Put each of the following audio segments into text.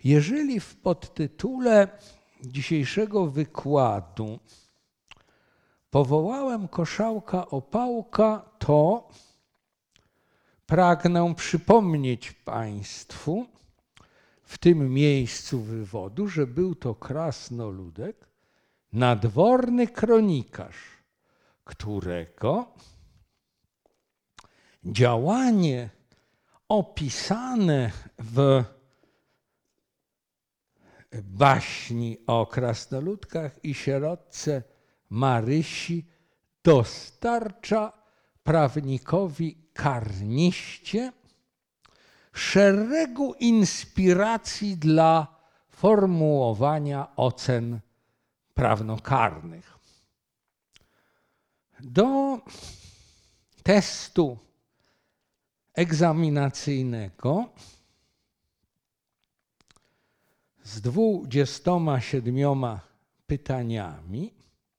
Jeżeli w podtytule dzisiejszego wykładu powołałem Koszałka Opałka, to pragnę przypomnieć Państwu w tym miejscu wywodu, że był to krasnoludek, nadworny kronikarz, którego działanie opisane w baśni o krasnoludkach i sierotce Marysi dostarcza prawnikowi karniście szeregu inspiracji dla formułowania ocen prawnokarnych. Do testu egzaminacyjnego z 27 pytaniami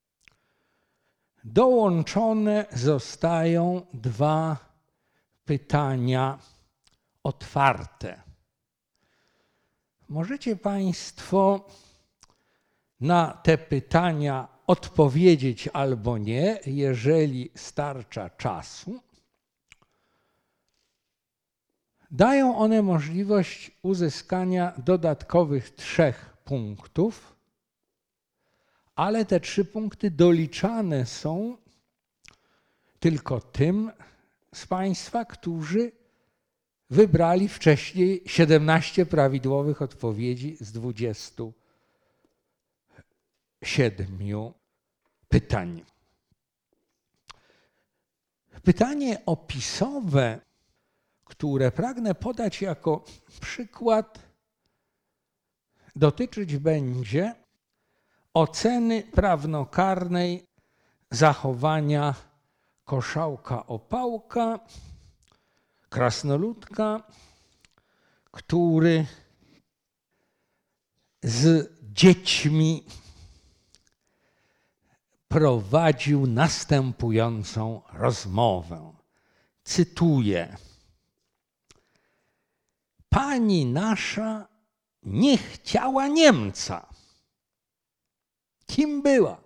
dołączone zostają 2 pytania otwarte. Możecie Państwo na te pytania odpowiedzieć albo nie, jeżeli starcza czasu. Dają one możliwość uzyskania dodatkowych 3 punktów, ale te 3 punkty doliczane są tylko tym z Państwa, którzy wybrali wcześniej 17 prawidłowych odpowiedzi z 27 pytań. Pytanie opisowe, które pragnę podać jako przykład, dotyczyć będzie oceny prawnokarnej zachowania Koszałka Opałka, krasnoludka, który z dziećmi prowadził następującą rozmowę. Cytuję: Pani nasza nie chciała Niemca. Kim była?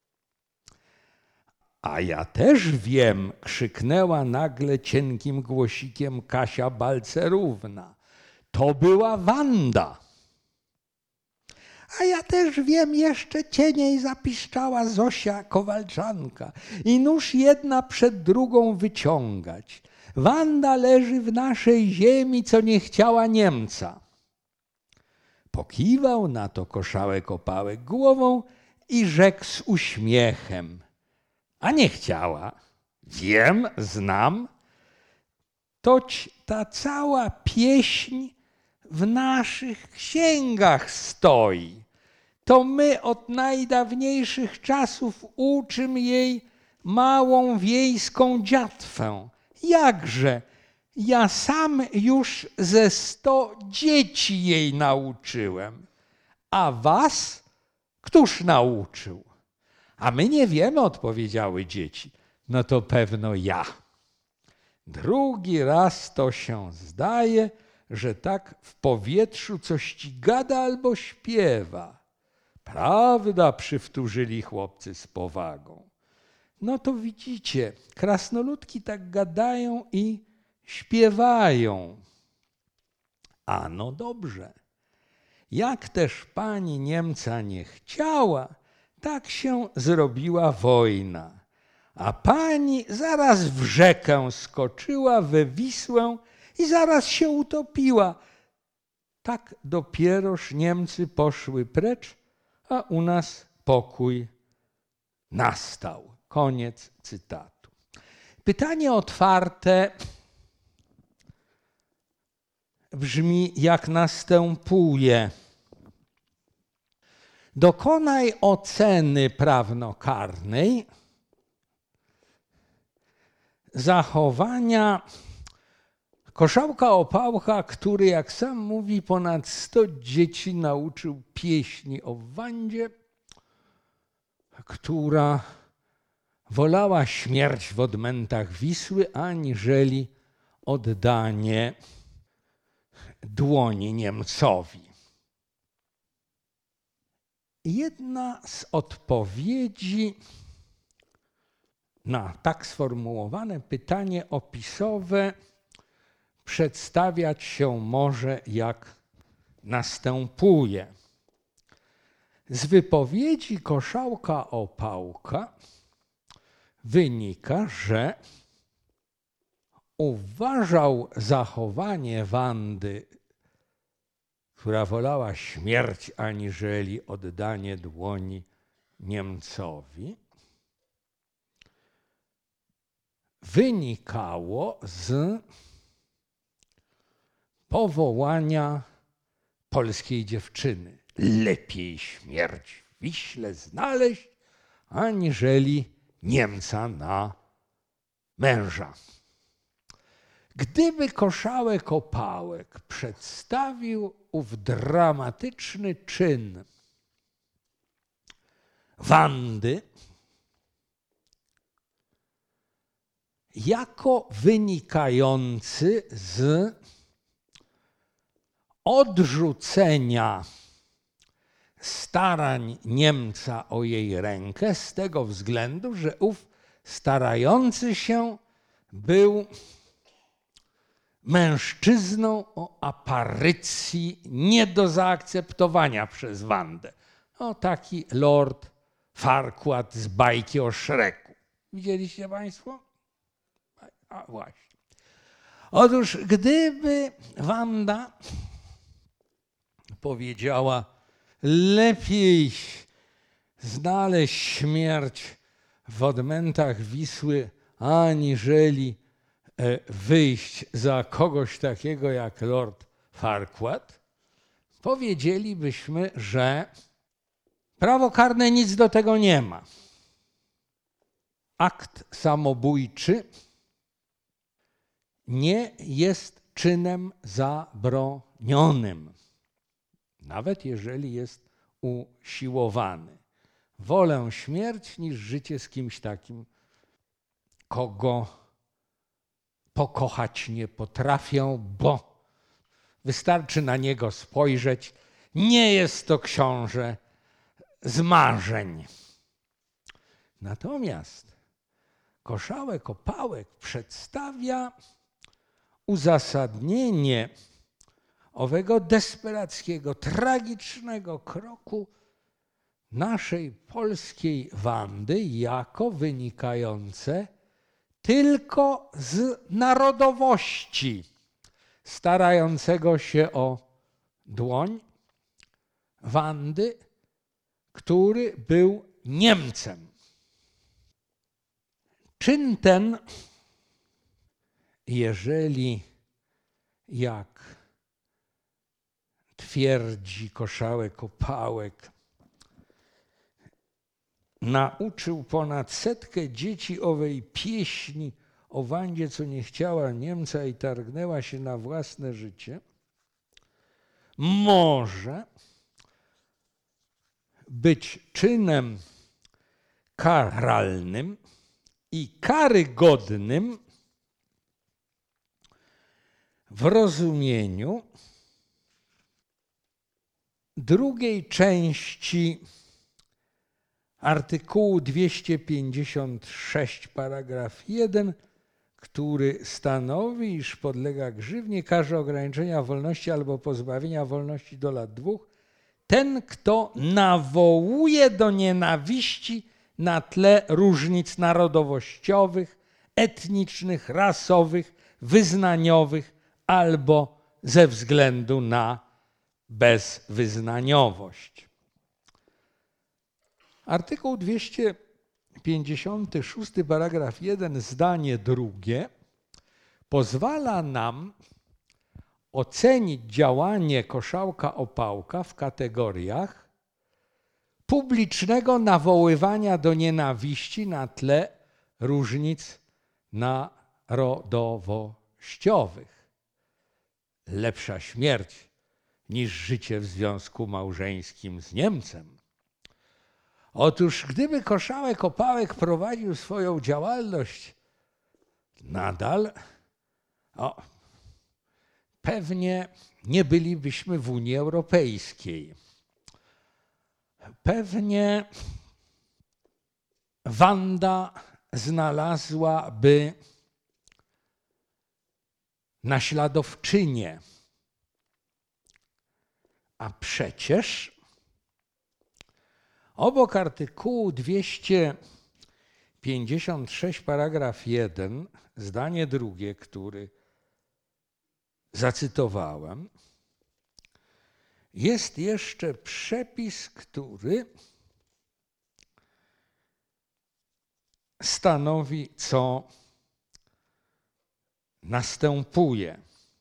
A ja też wiem, krzyknęła nagle cienkim głosikiem Kasia Balcerówna. To była Wanda. A ja też wiem, jeszcze cieniej zapiszczała Zosia Kowalczanka. I nóż jedna przed drugą wyciągać. Wanda leży w naszej ziemi, co nie chciała Niemca. Pokiwał na to Koszałek Opałek głową i rzekł z uśmiechem: a nie chciała. Wiem, znam. Toć ta cała pieśń w naszych księgach stoi. To my od najdawniejszych czasów uczym jej małą wiejską dziatwę. Jakże? Ja sam już ze 100 dzieci jej nauczyłem. A was któż nauczył? A my nie wiemy, odpowiedziały dzieci. No to pewno ja. Drugi raz to się zdaje, że tak w powietrzu coś ci gada albo śpiewa. Prawda, przywtórzyli chłopcy z powagą. No to widzicie, krasnoludki tak gadają i śpiewają. A no dobrze. Jak też pani Niemca nie chciała, tak się zrobiła wojna. A pani zaraz w rzekę skoczyła, we Wisłę i zaraz się utopiła. Tak dopieroż Niemcy poszły precz, a u nas pokój nastał. Koniec cytatu. Pytanie otwarte brzmi jak następuje. Dokonaj oceny prawnokarnej zachowania Koszałka Opałka, który, jak sam mówi, ponad 100 dzieci nauczył pieśni o Wandzie, która wolała śmierć w odmętach Wisły, aniżeli oddanie dłoni Niemcowi. Jedna z odpowiedzi na tak sformułowane pytanie opisowe przedstawiać się może jak następuje. Z wypowiedzi Koszałka-Opałka wynika, że uważał zachowanie Wandy, która wolała śmierć aniżeli oddanie dłoni Niemcowi, wynikało z powołania polskiej dziewczyny. Lepiej śmierć w Wiśle znaleźć, aniżeli Niemca na męża. Gdyby Koszałek-Opałek przedstawił ów dramatyczny czyn Wandy jako wynikający z odrzucenia starań Niemca o jej rękę z tego względu, że ów starający się był mężczyzną o aparycji nie do zaakceptowania przez Wandę. No, taki Lord Farquaad z bajki o Szreku. Widzieliście państwo? A właśnie. Otóż gdyby Wanda powiedziała, lepiej znaleźć śmierć w odmętach Wisły, aniżeli wyjść za kogoś takiego jak Lord Farquaad, powiedzielibyśmy, że prawo karne nic do tego nie ma. Akt samobójczy nie jest czynem zabronionym, nawet jeżeli jest usiłowany. Wolę śmierć niż życie z kimś takim, kogo pokochać nie potrafię, bo wystarczy na niego spojrzeć. Nie jest to książę z marzeń. Natomiast Koszałek-Opałek przedstawia uzasadnienie owego desperackiego, tragicznego kroku naszej polskiej Wandy jako wynikające tylko z narodowości starającego się o dłoń Wandy, który był Niemcem. Czyn ten, jeżeli, jak twierdzi Koszałek-Opałek, nauczył ponad 100 dzieci owej pieśni o Wandzie, co nie chciała Niemca i targnęła się na własne życie, może być czynem karalnym i karygodnym w rozumieniu drugiej części artykułu 256 paragraf 1, który stanowi, iż podlega grzywnie, karze ograniczenia wolności albo pozbawienia wolności do lat 2 ten, kto nawołuje do nienawiści na tle różnic narodowościowych, etnicznych, rasowych, wyznaniowych albo ze względu na bezwyznaniowość. Artykuł 256 paragraf 1 zdanie drugie pozwala nam ocenić działanie Koszałka-Opałka w kategoriach publicznego nawoływania do nienawiści na tle różnic narodowościowych. Lepsza śmierć niż życie w związku małżeńskim z Niemcem. Otóż gdyby Koszałek-Opałek prowadził swoją działalność nadal, pewnie nie bylibyśmy w Unii Europejskiej. pewnie Wanda znalazłaby naśladowczynię. A przecież obok artykułu 256 paragraf 1, zdanie drugie, który zacytowałem, jest jeszcze przepis, który stanowi, co następuje.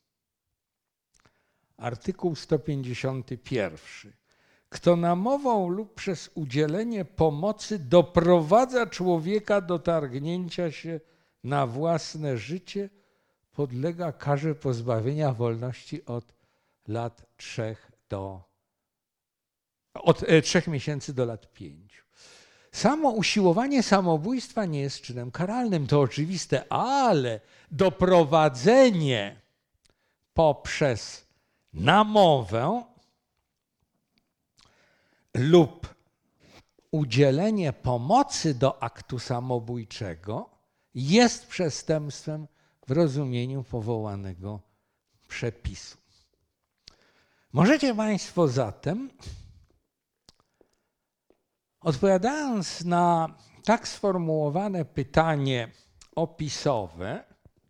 Artykuł 151. Kto namową lub przez udzielenie pomocy doprowadza człowieka do targnięcia się na własne życie, podlega karze pozbawienia wolności od 3 miesięcy do lat 5. Samo usiłowanie samobójstwa nie jest czynem karalnym, to oczywiste, ale doprowadzenie poprzez namowę lub udzielenie pomocy do aktu samobójczego jest przestępstwem w rozumieniu powołanego przepisu. Możecie Państwo zatem, odpowiadając na tak sformułowane pytanie opisowe,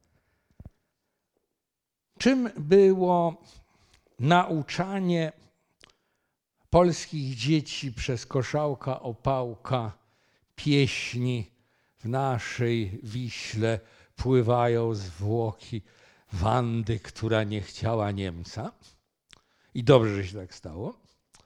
czym było nauczanie polskich dzieci przez Koszałka Opałka pieśni w naszej Wiśle pływają zwłoki Wandy, która nie chciała Niemca. I dobrze, że się tak stało.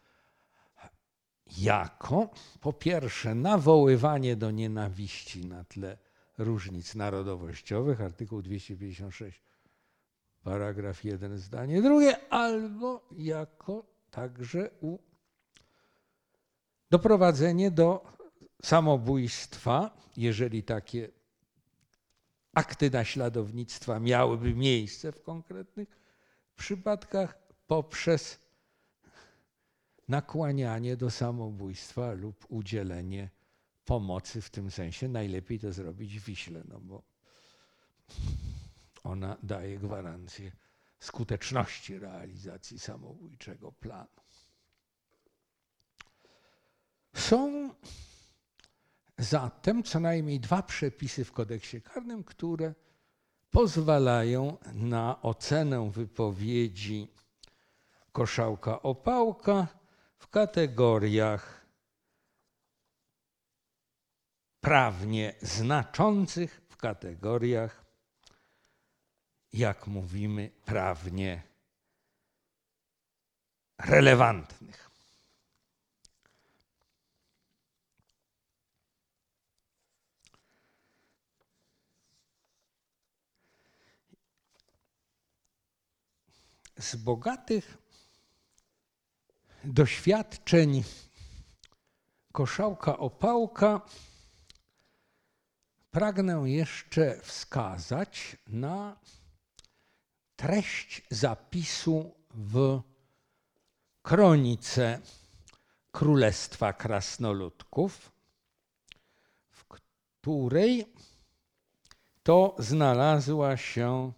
Jako po pierwsze nawoływanie do nienawiści na tle różnic narodowościowych, artykuł 256, paragraf 1, zdanie drugie, albo jako także doprowadzenie do samobójstwa, jeżeli takie akty naśladownictwa miałyby miejsce w konkretnych przypadkach, poprzez nakłanianie do samobójstwa lub udzielenie pomocy w tym sensie. Najlepiej to zrobić w Wiśle, no bo ona daje gwarancję skuteczności realizacji samobójczego planu. Są zatem co najmniej 2 przepisy w kodeksie karnym, które pozwalają na ocenę wypowiedzi Koszałka Opałka w kategoriach prawnie znaczących, w kategoriach, jak mówimy, prawnie relevantnych. Z bogatych doświadczeń Koszałka Opałka pragnę jeszcze wskazać na treść zapisu w kronice Królestwa Krasnoludków, w której to znalazła się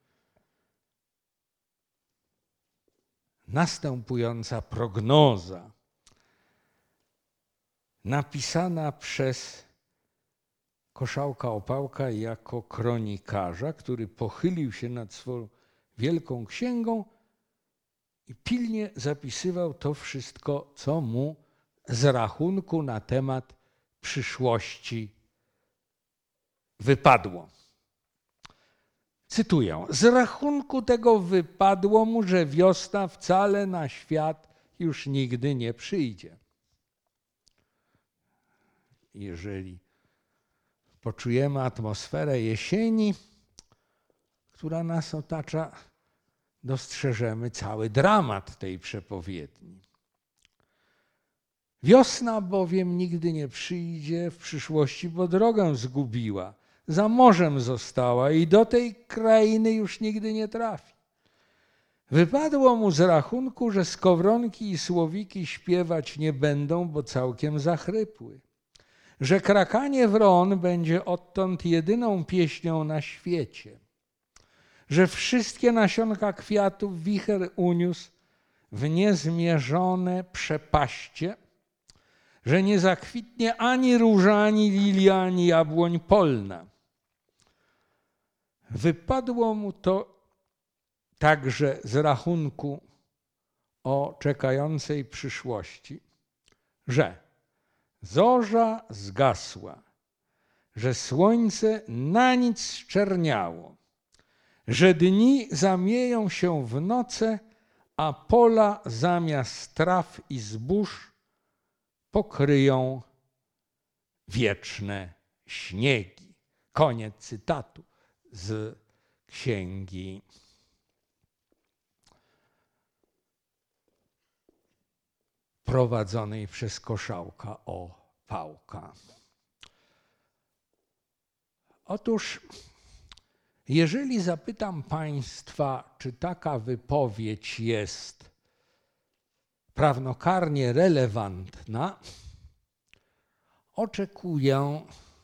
następująca prognoza, napisana przez Koszałka Opałka jako kronikarza, który pochylił się nad swoją wielką księgą i pilnie zapisywał to wszystko, co mu z rachunku na temat przyszłości wypadło. Cytuję: z rachunku tego wypadło mu, że wiosna wcale na świat już nigdy nie przyjdzie. Jeżeli poczujemy atmosferę jesieni, która nas otacza, dostrzeżemy cały dramat tej przepowiedni. Wiosna bowiem nigdy nie przyjdzie w przyszłości, bo drogę zgubiła. Za morzem została i do tej krainy już nigdy nie trafi. Wypadło mu z rachunku, że skowronki i słowiki śpiewać nie będą, bo całkiem zachrypły. Że krakanie wron będzie odtąd jedyną pieśnią na świecie. Że wszystkie nasionka kwiatów wicher uniósł w niezmierzone przepaście, że nie zakwitnie ani róża, ani lilia, ani jabłoń polna. Wypadło mu to także z rachunku o czekającej przyszłości, że zorza zgasła, że słońce na nic zczerniało, że dni zamieją się w noce, a pola zamiast traw i zbóż pokryją wieczne śniegi. Koniec cytatu z księgi prowadzonej przez Koszałka Opałka. Otóż, jeżeli zapytam Państwa, czy taka wypowiedź jest prawnokarnie relewantna, oczekuję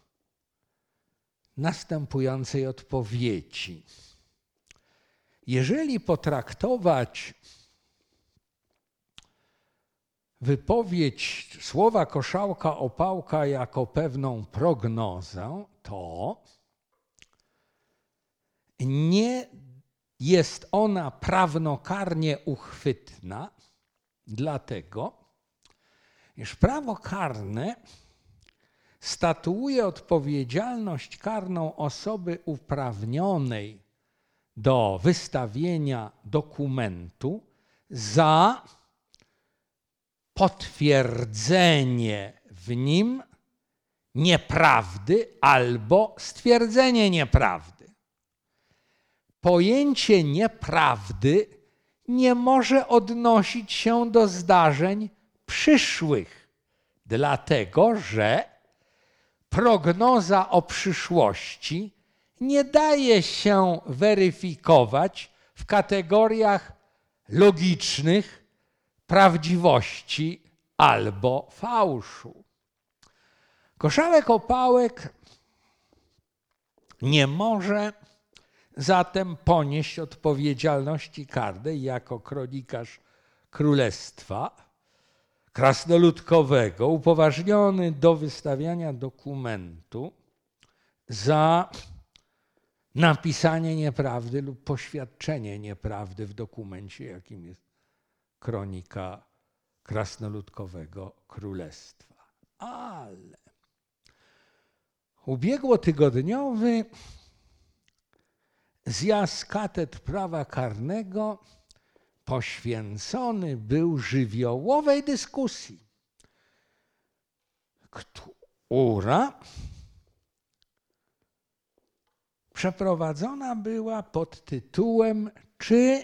następującej odpowiedzi. Jeżeli potraktować wypowiedź słowa Koszałka Opałka jako pewną prognozę, to nie jest ona prawnokarnie uchwytna, dlatego iż prawo karne statuuje odpowiedzialność karną osoby uprawnionej do wystawienia dokumentu za potwierdzenie w nim nieprawdy albo stwierdzenie nieprawdy. Pojęcie nieprawdy nie może odnosić się do zdarzeń przyszłych, dlatego że prognoza o przyszłości nie daje się weryfikować w kategoriach logicznych prawdziwości albo fałszu. Koszałek Opałek nie może zatem ponieść odpowiedzialności karnej jako kronikarz Królestwa Krasnoludkowego, upoważniony do wystawiania dokumentu za napisanie nieprawdy lub poświadczenie nieprawdy w dokumencie, jakim jest kronika Krasnoludkowego Królestwa. Ale ubiegłotygodniowy zjazd katedr prawa karnego poświęcony był żywiołowej dyskusji, która przeprowadzona była pod tytułem: czy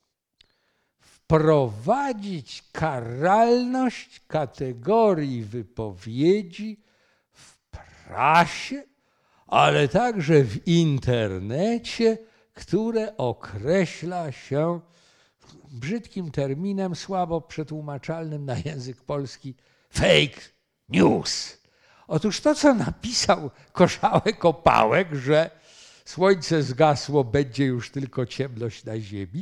wprowadzić karalność kategorii wypowiedzi w prasie, ale także w internecie, które określa się brzydkim terminem, słabo przetłumaczalnym na język polski, fake news. Otóż to, co napisał Koszałek Opałek, że słońce zgasło, będzie już tylko ciemność na ziemi,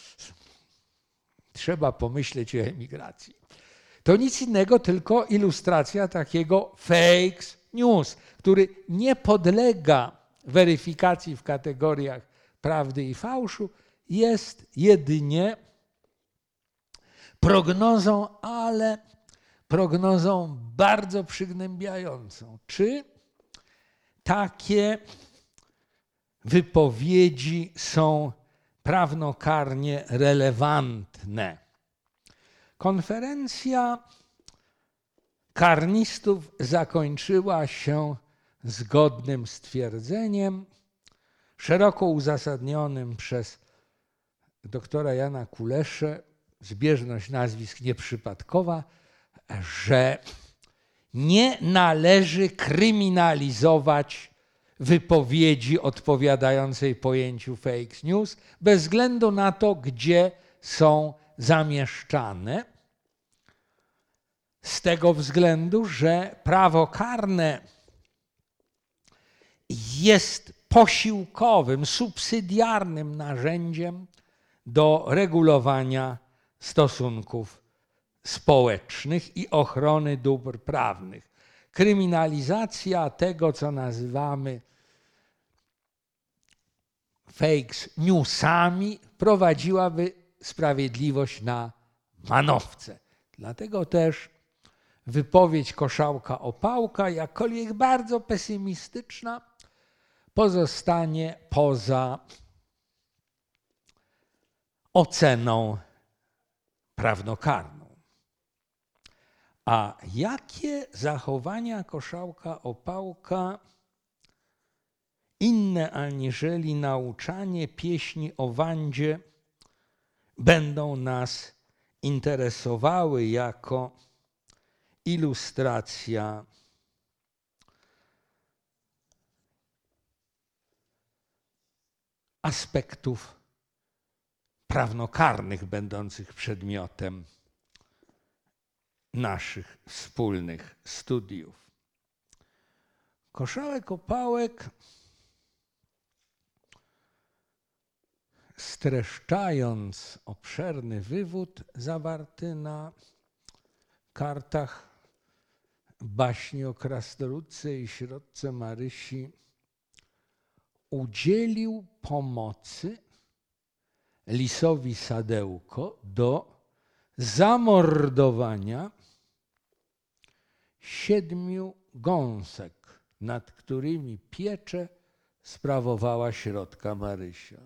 trzeba pomyśleć o emigracji. To nic innego, tylko ilustracja takiego fake news, który nie podlega weryfikacji w kategoriach prawdy i fałszu, jest jedynie prognozą, ale prognozą bardzo przygnębiającą. Czy takie wypowiedzi są prawnokarnie relewantne? Konferencja karnistów zakończyła się zgodnym stwierdzeniem, szeroko uzasadnionym przez doktora Jana Kuleszę, zbieżność nazwisk nieprzypadkowa, że nie należy kryminalizować wypowiedzi odpowiadającej pojęciu fake news, bez względu na to, gdzie są zamieszczane. Z tego względu, że prawo karne jest posiłkowym, subsydiarnym narzędziem do regulowania stosunków społecznych i ochrony dóbr prawnych. Kryminalizacja tego, co nazywamy fake newsami, prowadziłaby sprawiedliwość na manowce. Dlatego też wypowiedź Koszałka-Opałka, jakkolwiek bardzo pesymistyczna, pozostanie poza oceną prawnokarną. A jakie zachowania Koszałka-Opałka, inne aniżeli nauczanie pieśni o Wandzie, będą nas interesowały jako ilustracja aspektów prawnokarnych będących przedmiotem naszych wspólnych studiów. Koszałek-Opałek, streszczając obszerny wywód zawarty na kartach baśni o krasnoludce i środce Marysi, udzielił pomocy lisowi Sadełko do zamordowania 7 gąsek, nad którymi pieczę sprawowała środka Marysia.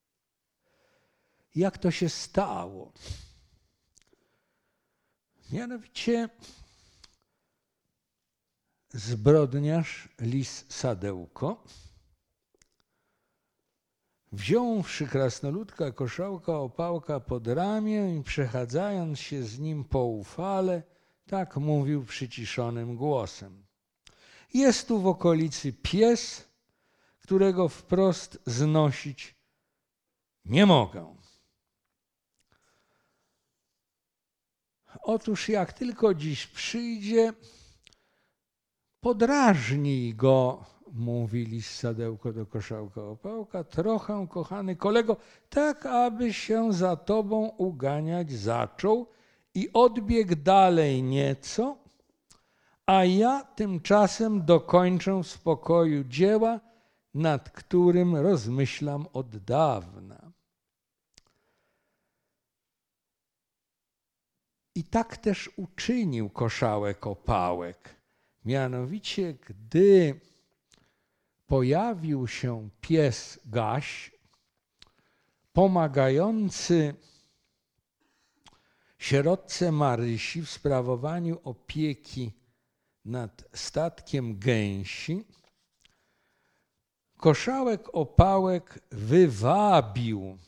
Jak to się stało? Mianowicie zbrodniarz lis Sadełko, wziąwszy krasnoludka Koszałka-Opałka pod ramię i przechadzając się z nim po ufale, tak mówił przyciszonym głosem: jest tu w okolicy pies, którego wprost znosić nie mogę. Otóż jak tylko dziś przyjdzie, podrażnij go, mówi lis Sadełko do Koszałka-Opałka, trochę, kochany kolego, tak aby się za tobą uganiać zaczął i odbiegł dalej nieco, a ja tymczasem dokończę w spokoju dzieła, nad którym rozmyślam od dawna. I tak też uczynił Koszałek-Opałek. Mianowicie, gdy pojawił się pies Gaś, pomagający sierotce Marysi w sprawowaniu opieki nad statkiem gęsi, Koszałek-Opałek wywabił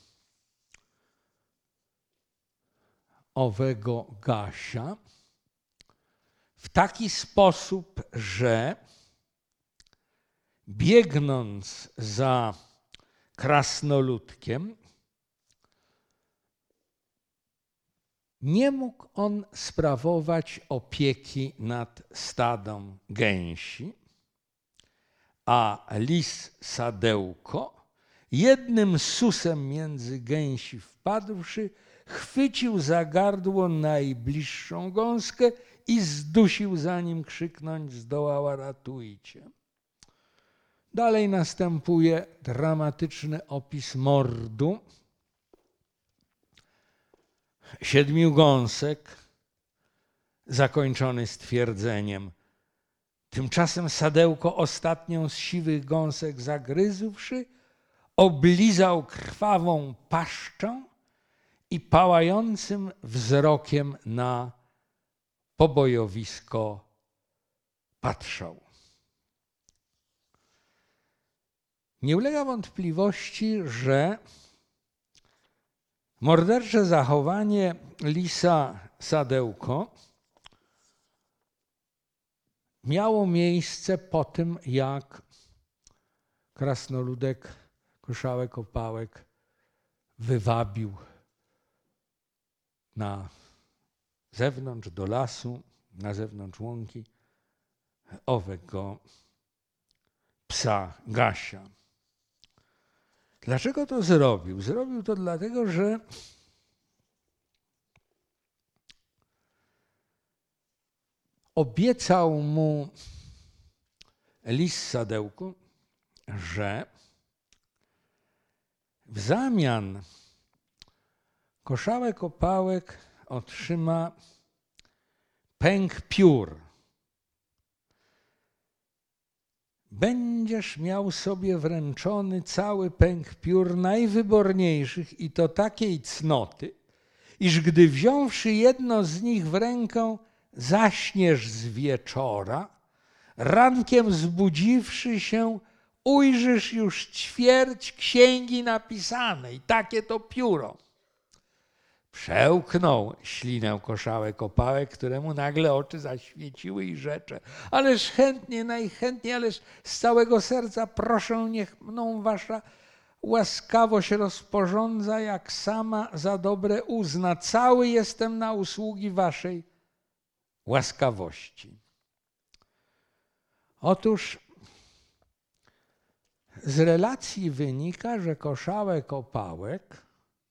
owego Gasia w taki sposób, że biegnąc za krasnoludkiem, nie mógł on sprawować opieki nad stadem gęsi, a lis Sadełko, jednym susem między gęsi wpadłszy, chwycił za gardło najbliższą gąskę i zdusił, zanim krzyknąć zdołała: ratujcie. Dalej następuje dramatyczny opis mordu 7 gąsek, zakończony stwierdzeniem: tymczasem Sadełko, ostatnią z siwych gąsek zagryzłszy, oblizał krwawą paszczę i pałającym wzrokiem na pobojowisko patrzał. Nie ulega wątpliwości, że mordercze zachowanie lisa Sadełko miało miejsce po tym, jak krasnoludek Koszałek Opałek wywabił na zewnątrz, do lasu, na zewnątrz łąki, owego psa Gasia. Dlaczego to zrobił? Zrobił to dlatego, że obiecał mu lis Sadełko, że w zamian Koszałek Opałek otrzyma pęk piór. Będziesz miał sobie wręczony cały pęk piór najwyborniejszych i to takiej cnoty, iż gdy wziąwszy jedno z nich w rękę, zaśniesz z wieczora, rankiem zbudziwszy się, ujrzysz już ćwierć księgi napisanej, takie to pióro. Przełknął ślinę Koszałek Opałek, któremu nagle oczy zaświeciły i rzecze: ależ chętnie, najchętniej, ależ z całego serca proszę, niech mną wasza łaskawość rozporządza, jak sama za dobre uzna. Cały jestem na usługi waszej łaskawości. Otóż z relacji wynika, że Koszałek Opałek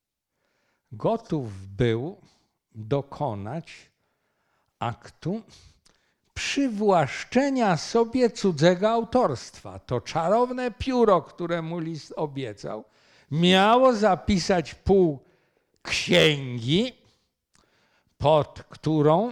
gotów był dokonać aktu przywłaszczenia sobie cudzego autorstwa. To czarowne pióro, które mu list obiecał, miało zapisać pół księgi, pod którą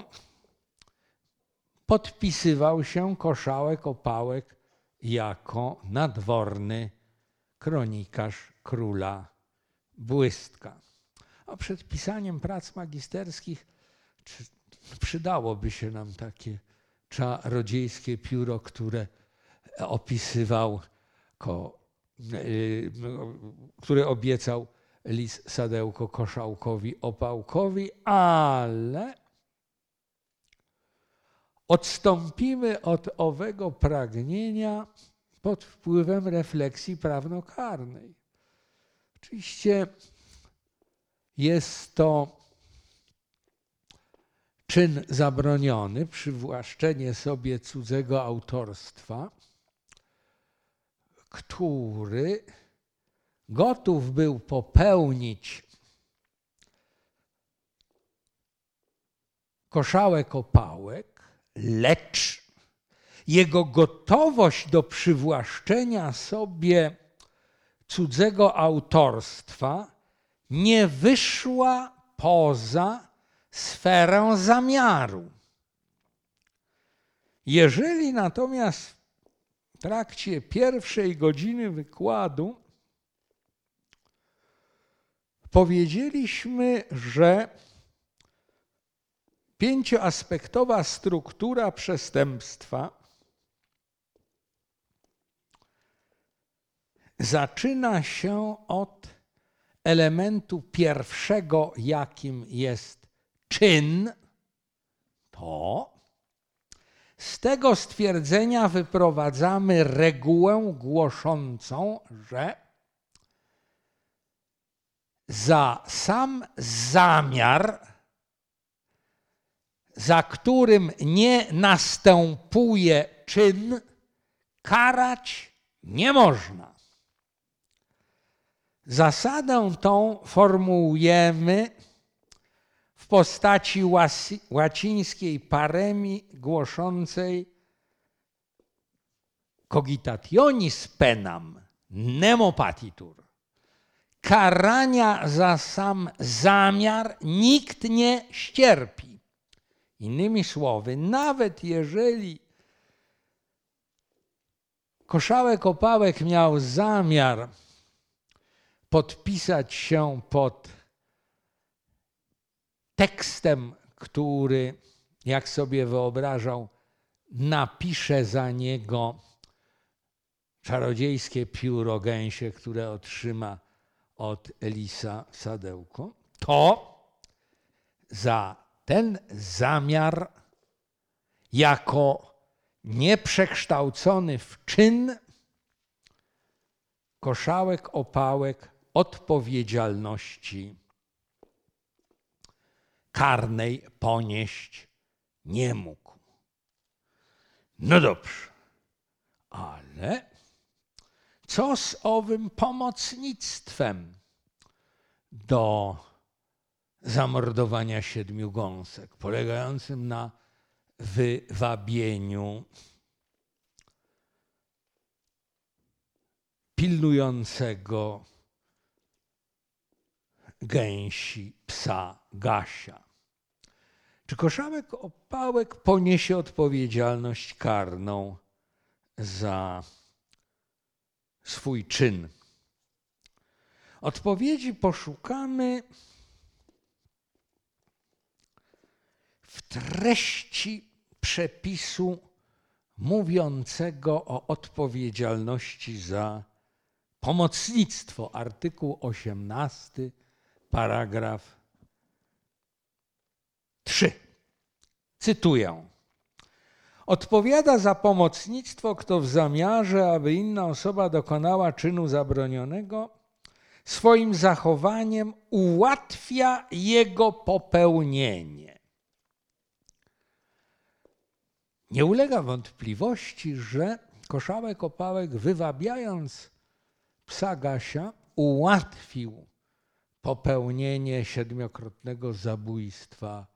podpisywał się Koszałek Opałek jako nadworny kronikarz króla Błystka. A przed pisaniem prac magisterskich przydałoby się nam takie czarodziejskie pióro, które opisywał, które obiecał lis Sadełko Koszałkowi Opałkowi, ale odstąpimy od owego pragnienia pod wpływem refleksji prawnokarnej. Oczywiście jest to czyn zabroniony, przywłaszczenie sobie cudzego autorstwa, który gotów był popełnić Koszałek Opałek, lecz jego gotowość do przywłaszczenia sobie cudzego autorstwa nie wyszła poza sferę zamiaru. Jeżeli natomiast w trakcie pierwszej godziny wykładu powiedzieliśmy, że pięcioaspektowa struktura przestępstwa zaczyna się od elementu pierwszego, jakim jest czyn, to z tego stwierdzenia wyprowadzamy regułę głoszącą, że za sam zamiar, za którym nie następuje czyn, karać nie można. Zasadę tą formułujemy w postaci łacińskiej paremii głoszącej cogitationis penam nemo patitur. Karania za sam zamiar nikt nie ścierpi. Innymi słowy, nawet jeżeli Koszałek Opałek miał zamiar podpisać się pod tekstem, który, jak sobie wyobrażał, napisze za niego czarodziejskie pióro gęsie, które otrzyma od lisa Sadełko, to za ten zamiar jako nieprzekształcony w czyn Koszałek Opałek odpowiedzialności karnej ponieść nie mógł. No dobrze, ale co z owym pomocnictwem do zamordowania 7 gąsek, polegającym na wywabieniu pilnującego gęsi psa Gasia? Czy Koszałek Opałek poniesie odpowiedzialność karną za swój czyn? Odpowiedzi poszukamy w treści przepisu mówiącego o odpowiedzialności za pomocnictwo. Artykuł 18, paragraf 3. Cytuję. Odpowiada za pomocnictwo, kto w zamiarze, aby inna osoba dokonała czynu zabronionego, swoim zachowaniem ułatwia jego popełnienie. Nie ulega wątpliwości, że Koszałek Opałek, wywabiając psa Gasia, ułatwił popełnienie 7-krotnego zabójstwa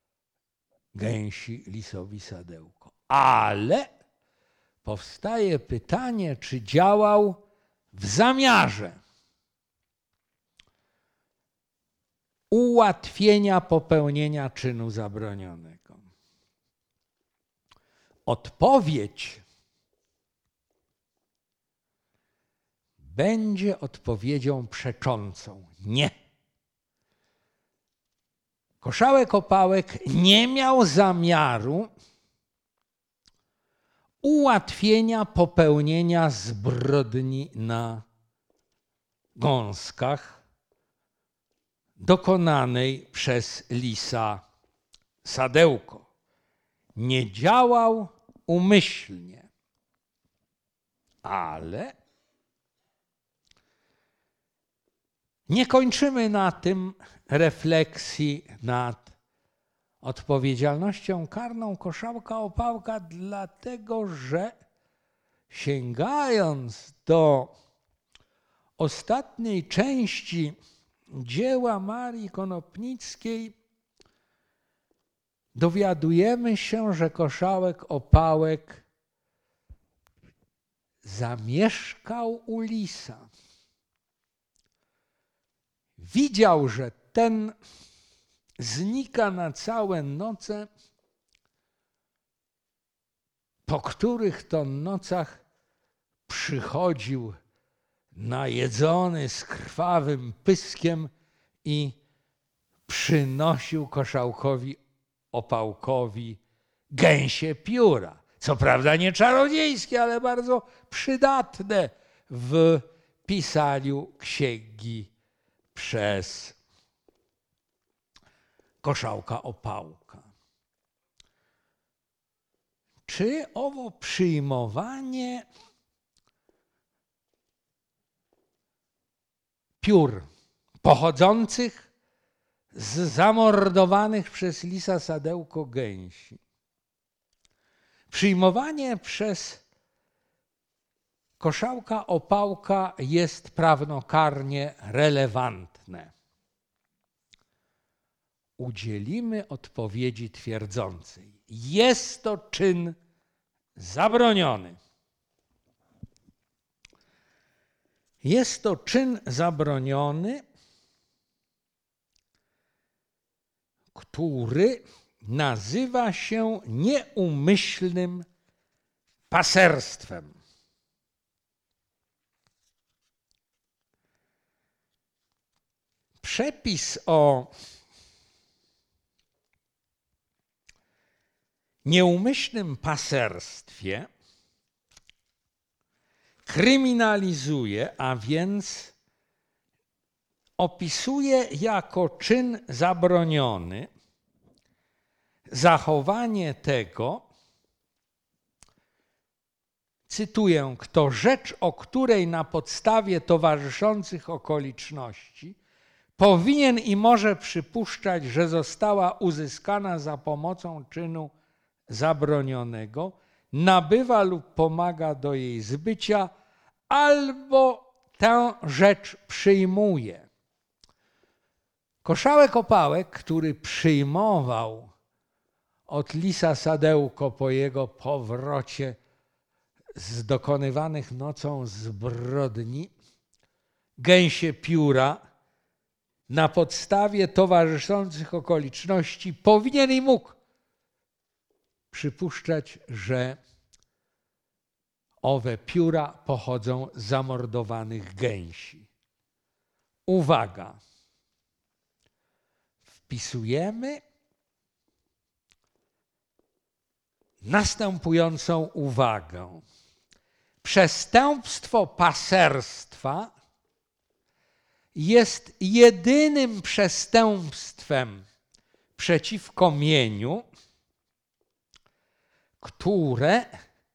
gęsi lisowi Sadełko. Ale powstaje pytanie, czy działał w zamiarze ułatwienia popełnienia czynu zabronionego. Odpowiedź będzie odpowiedzią przeczącą. Nie. Koszałek Opałek nie miał zamiaru ułatwienia popełnienia zbrodni na gąskach dokonanej przez lisa Sadełko. Nie działał umyślnie, ale nie kończymy na tym refleksji nad odpowiedzialnością karną Koszałka Opałka, dlatego że sięgając do ostatniej części dzieła Marii Konopnickiej, dowiadujemy się, że Koszałek Opałek zamieszkał u lisa. Widział, że ten znika na całe noce, po których to nocach przychodził najedzony z krwawym pyskiem i przynosił Koszałkowi Opałkowi gęsie pióra. Co prawda nie czarodziejskie, ale bardzo przydatne w pisaniu księgi przez Koszałka Opałka. Czy owo przyjmowanie piór pochodzących z zamordowanych przez lisa Sadełko gęsi, przyjmowanie przez Koszałka Opałka jest prawnokarnie relevantne? Udzielimy odpowiedzi twierdzącej. Jest to czyn zabroniony. Jest to czyn zabroniony, który nazywa się nieumyślnym paserstwem. Przepis o nieumyślnym paserstwie kryminalizuje, a więc opisuje jako czyn zabroniony zachowanie tego, cytuję, kto rzecz, o której na podstawie towarzyszących okoliczności powinien i może przypuszczać, że została uzyskana za pomocą czynu zabronionego, nabywa lub pomaga do jej zbycia, albo tę rzecz przyjmuje. Koszałek-opałek, który przyjmował od lisa sadełko po jego powrocie z dokonywanych nocą zbrodni, gęsie pióra na podstawie towarzyszących okoliczności powinien i mógł przypuszczać, że owe pióra pochodzą z zamordowanych gęsi. Uwaga! Wpisujemy następującą uwagę. Przestępstwo paserstwa jest jedynym przestępstwem przeciwko mieniu, które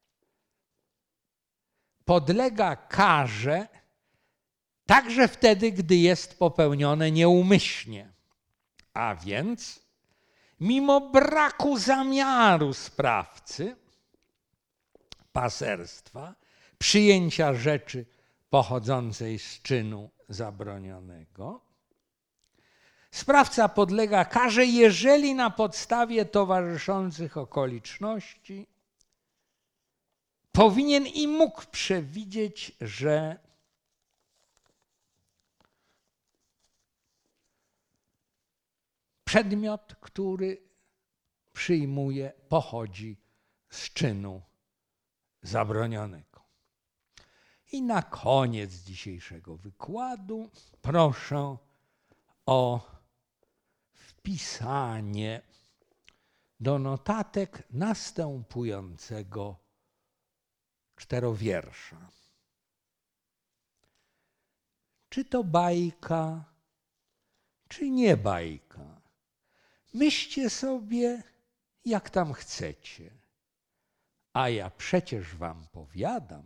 podlega karze także wtedy, gdy jest popełnione nieumyślnie. A więc mimo braku zamiaru sprawcy paserstwa, przyjęcia rzeczy pochodzącej z czynu zabronionego, sprawca podlega karze, jeżeli na podstawie towarzyszących okoliczności powinien i mógł przewidzieć, że przedmiot, który przyjmuje, pochodzi z czynu zabronionego. I na koniec dzisiejszego wykładu proszę o wpisanie do notatek następującego czterowiersza. Czy to bajka, czy nie bajka? Myślcie sobie, jak tam chcecie. A ja przecież wam powiadam,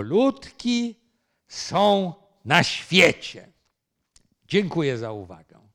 krasnoludki są na świecie. Dziękuję za uwagę.